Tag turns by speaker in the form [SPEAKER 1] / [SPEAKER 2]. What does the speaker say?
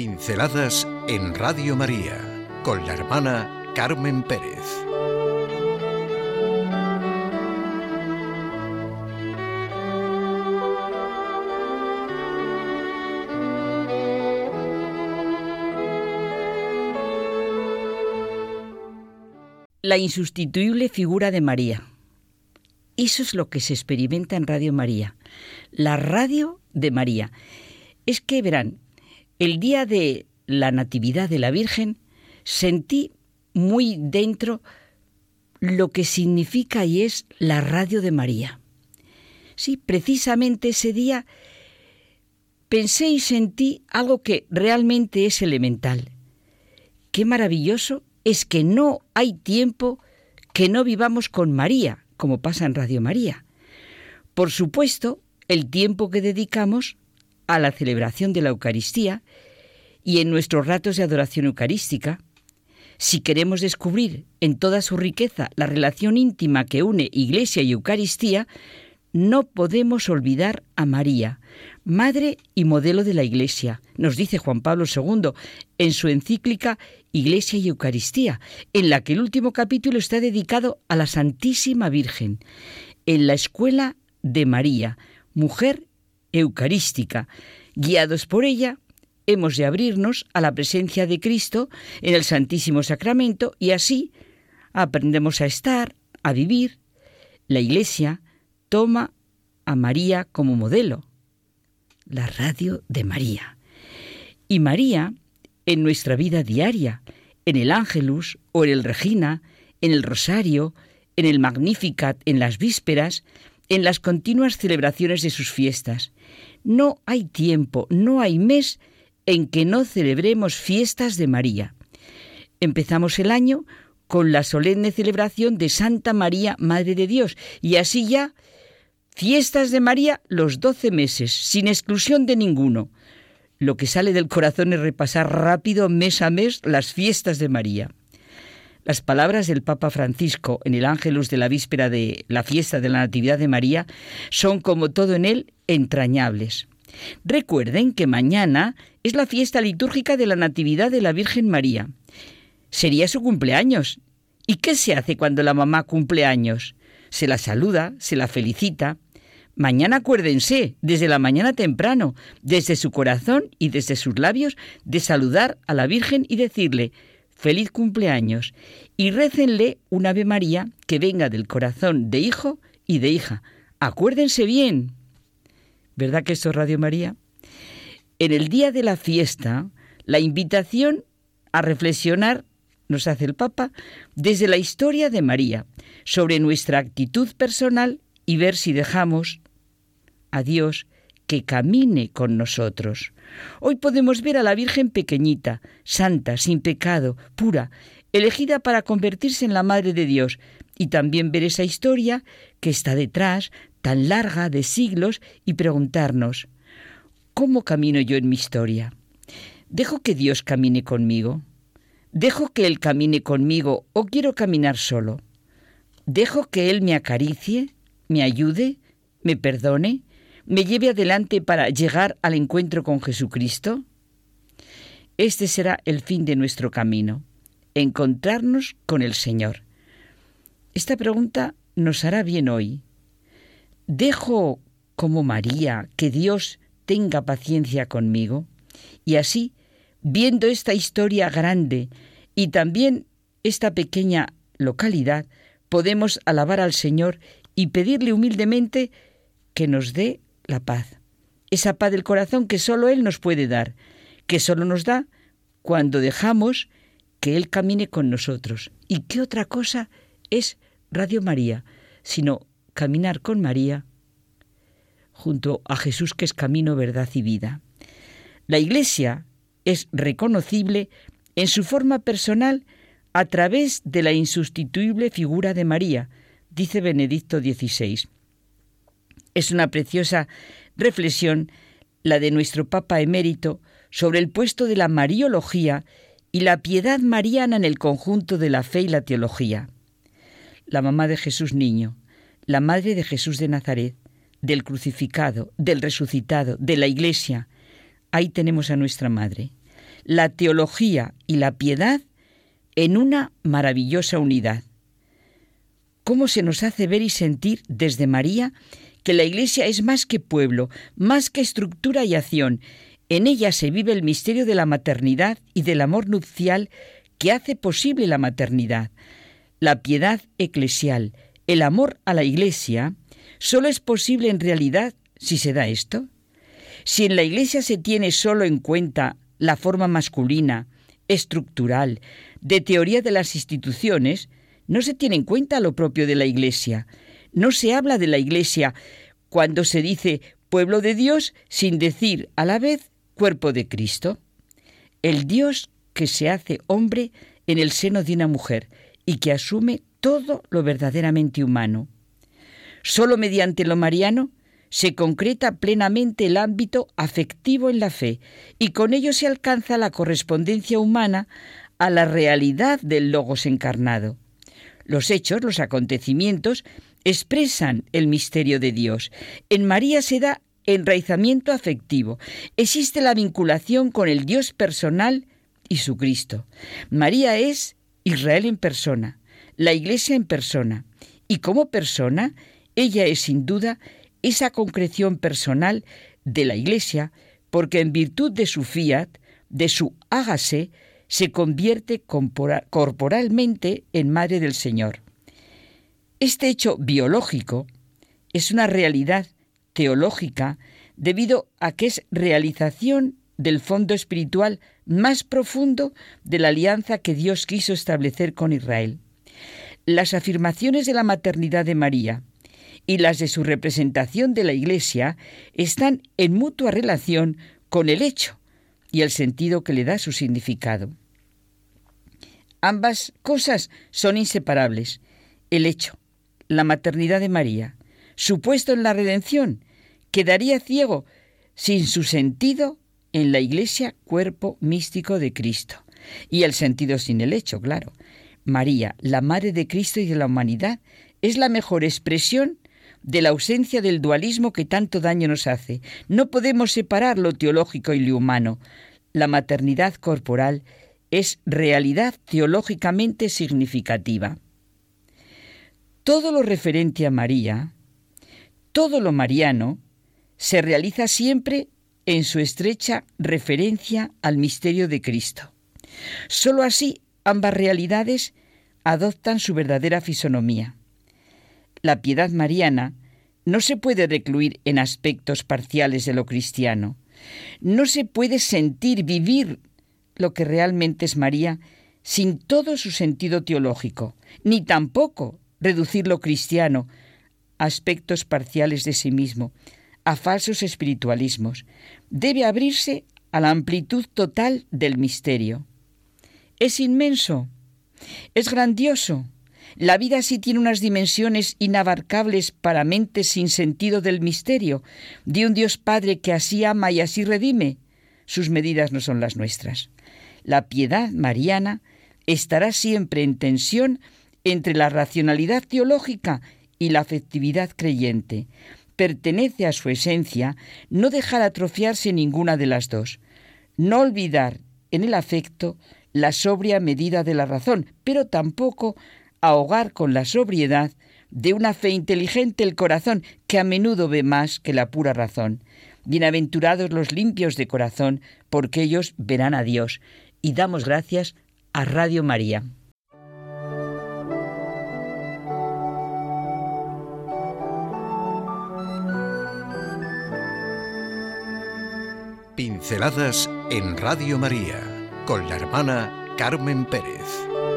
[SPEAKER 1] Pinceladas en Radio María con la hermana Carmen Pérez.
[SPEAKER 2] La insustituible figura de María. Eso es lo que se experimenta en Radio María. La radio de María. Es que, verán, el día de la Natividad de la Virgen sentí muy dentro lo que significa y es la radio de María. Sí, precisamente ese día pensé y sentí algo que realmente es elemental. Qué maravilloso es que no hay tiempo que no vivamos con María, como pasa en Radio María. Por supuesto, el tiempo que dedicamos a la celebración de la Eucaristía y en nuestros ratos de adoración eucarística. Si queremos descubrir en toda su riqueza la relación íntima que une Iglesia y Eucaristía, no podemos olvidar a María, madre y modelo de la Iglesia, nos dice Juan Pablo II en su encíclica Iglesia y Eucaristía, en la que el último capítulo está dedicado a la Santísima Virgen, en la escuela de María, mujer eucarística. Guiados por ella, hemos de abrirnos a la presencia de Cristo en el Santísimo Sacramento y así aprendemos a estar, a vivir. La Iglesia toma a María como modelo, la radio de María. Y María, en nuestra vida diaria, en el Ángelus o en el Regina, en el Rosario, en el Magnificat, en las vísperas, en las continuas celebraciones de sus fiestas. No hay tiempo, no hay mes en que no celebremos fiestas de María. Empezamos el año con la solemne celebración de Santa María, Madre de Dios, y así ya fiestas de María los 12 meses, sin exclusión de ninguno. Lo que sale del corazón es repasar rápido, mes a mes, las fiestas de María. Las palabras del Papa Francisco en el Ángelus de la víspera de la fiesta de la Natividad de María son, como todo en él, entrañables. Recuerden que mañana es la fiesta litúrgica de la Natividad de la Virgen María. Sería su cumpleaños. ¿Y qué se hace cuando la mamá cumple años? Se la saluda, se la felicita. Mañana acuérdense, desde la mañana temprano, desde su corazón y desde sus labios, de saludar a la Virgen y decirle feliz cumpleaños, y récenle un Ave María que venga del corazón de hijo y de hija. Acuérdense bien. ¿Verdad que esto es Radio María? En el día de la fiesta, la invitación a reflexionar nos hace el Papa desde la historia de María, sobre nuestra actitud personal y ver si dejamos a Dios que camine con nosotros. Hoy podemos ver a la Virgen pequeñita, santa, sin pecado, pura, elegida para convertirse en la Madre de Dios, y también ver esa historia que está detrás, tan larga, de siglos, y preguntarnos, ¿cómo camino yo en mi historia? ¿Dejo que Dios camine conmigo? ¿Dejo que Él camine conmigo o quiero caminar solo? ¿Dejo que Él me acaricie, me ayude, me perdone, me lleve adelante para llegar al encuentro con Jesucristo? Este será el fin de nuestro camino, encontrarnos con el Señor. Esta pregunta nos hará bien hoy. ¿Dejo, como María, que Dios tenga paciencia conmigo? Y así, viendo esta historia grande y también esta pequeña localidad, podemos alabar al Señor y pedirle humildemente que nos dé la paz. Esa paz del corazón que solo Él nos puede dar, que solo nos da cuando dejamos que Él camine con nosotros. ¿Y qué otra cosa es Radio María, sino caminar con María junto a Jesús, que es camino, verdad y vida? La Iglesia es reconocible en su forma personal a través de la insustituible figura de María, dice Benedicto XVI. Es una preciosa reflexión la de nuestro Papa emérito sobre el puesto de la Mariología y la piedad mariana en el conjunto de la fe y la teología. La mamá de Jesús niño, la madre de Jesús de Nazaret, del crucificado, del resucitado, de la Iglesia. Ahí tenemos a nuestra madre. la teología y la piedad en una maravillosa unidad. ¿Cómo se nos hace ver y sentir desde María que la Iglesia es más que pueblo, más que estructura y acción? En ella se vive el misterio de la maternidad y del amor nupcial que hace posible la maternidad. La piedad eclesial, el amor a la Iglesia, solo es posible en realidad si se da esto. Si en la Iglesia se tiene solo en cuenta la forma masculina, estructural, de teoría de las instituciones, no se tiene en cuenta lo propio de la Iglesia. No se habla de la Iglesia cuando se dice pueblo de Dios sin decir a la vez cuerpo de Cristo. El Dios que se hace hombre en el seno de una mujer y que asume todo lo verdaderamente humano. Solo mediante lo mariano se concreta plenamente el ámbito afectivo en la fe y con ello se alcanza la correspondencia humana a la realidad del Logos encarnado. Los hechos, los acontecimientos, expresan el misterio de Dios. En María se da enraizamiento afectivo. Existe la vinculación con el Dios personal y su Cristo. María es Israel en persona, la Iglesia en persona. Y como persona, ella es sin duda esa concreción personal de la Iglesia, porque en virtud de su fiat, de su hágase, se convierte corporalmente en Madre del Señor. Este hecho biológico es una realidad teológica debido a que es realización del fondo espiritual más profundo de la alianza que Dios quiso establecer con Israel. Las afirmaciones de la maternidad de María y las de su representación de la Iglesia están en mutua relación con el hecho y el sentido que le da su significado. Ambas cosas son inseparables. El hecho, la maternidad de María, su puesto en la redención, quedaría ciego sin su sentido en la Iglesia, cuerpo místico de Cristo. Y el sentido sin el hecho, claro. María, la Madre de Cristo y de la humanidad, es la mejor expresión de la ausencia del dualismo que tanto daño nos hace. No podemos separar lo teológico y lo humano. La maternidad corporal es realidad teológicamente significativa. Todo lo referente a María, todo lo mariano, se realiza siempre en su estrecha referencia al misterio de Cristo. Solo así ambas realidades adoptan su verdadera fisonomía. La piedad mariana no se puede recluir en aspectos parciales de lo cristiano. No se puede sentir, vivir lo que realmente es María sin todo su sentido teológico, ni tampoco reducir lo cristiano a aspectos parciales de sí mismo, a falsos espiritualismos. Debe abrirse a la amplitud total del misterio. Es inmenso, es grandioso. La vida sí tiene unas dimensiones inabarcables para mentes sin sentido del misterio, de un Dios Padre que así ama y así redime. Sus medidas no son las nuestras. La piedad mariana estará siempre en tensión entre la racionalidad teológica y la afectividad creyente. Pertenece a su esencia no dejar atrofiarse ninguna de las dos. No olvidar en el afecto la sobria medida de la razón, pero tampoco ahogar con la sobriedad de una fe inteligente el corazón, que a menudo ve más que la pura razón. Bienaventurados los limpios de corazón, porque ellos verán a Dios. Y damos gracias a Radio María.
[SPEAKER 1] Pinceladas en Radio María con la hermana Carmen Pérez.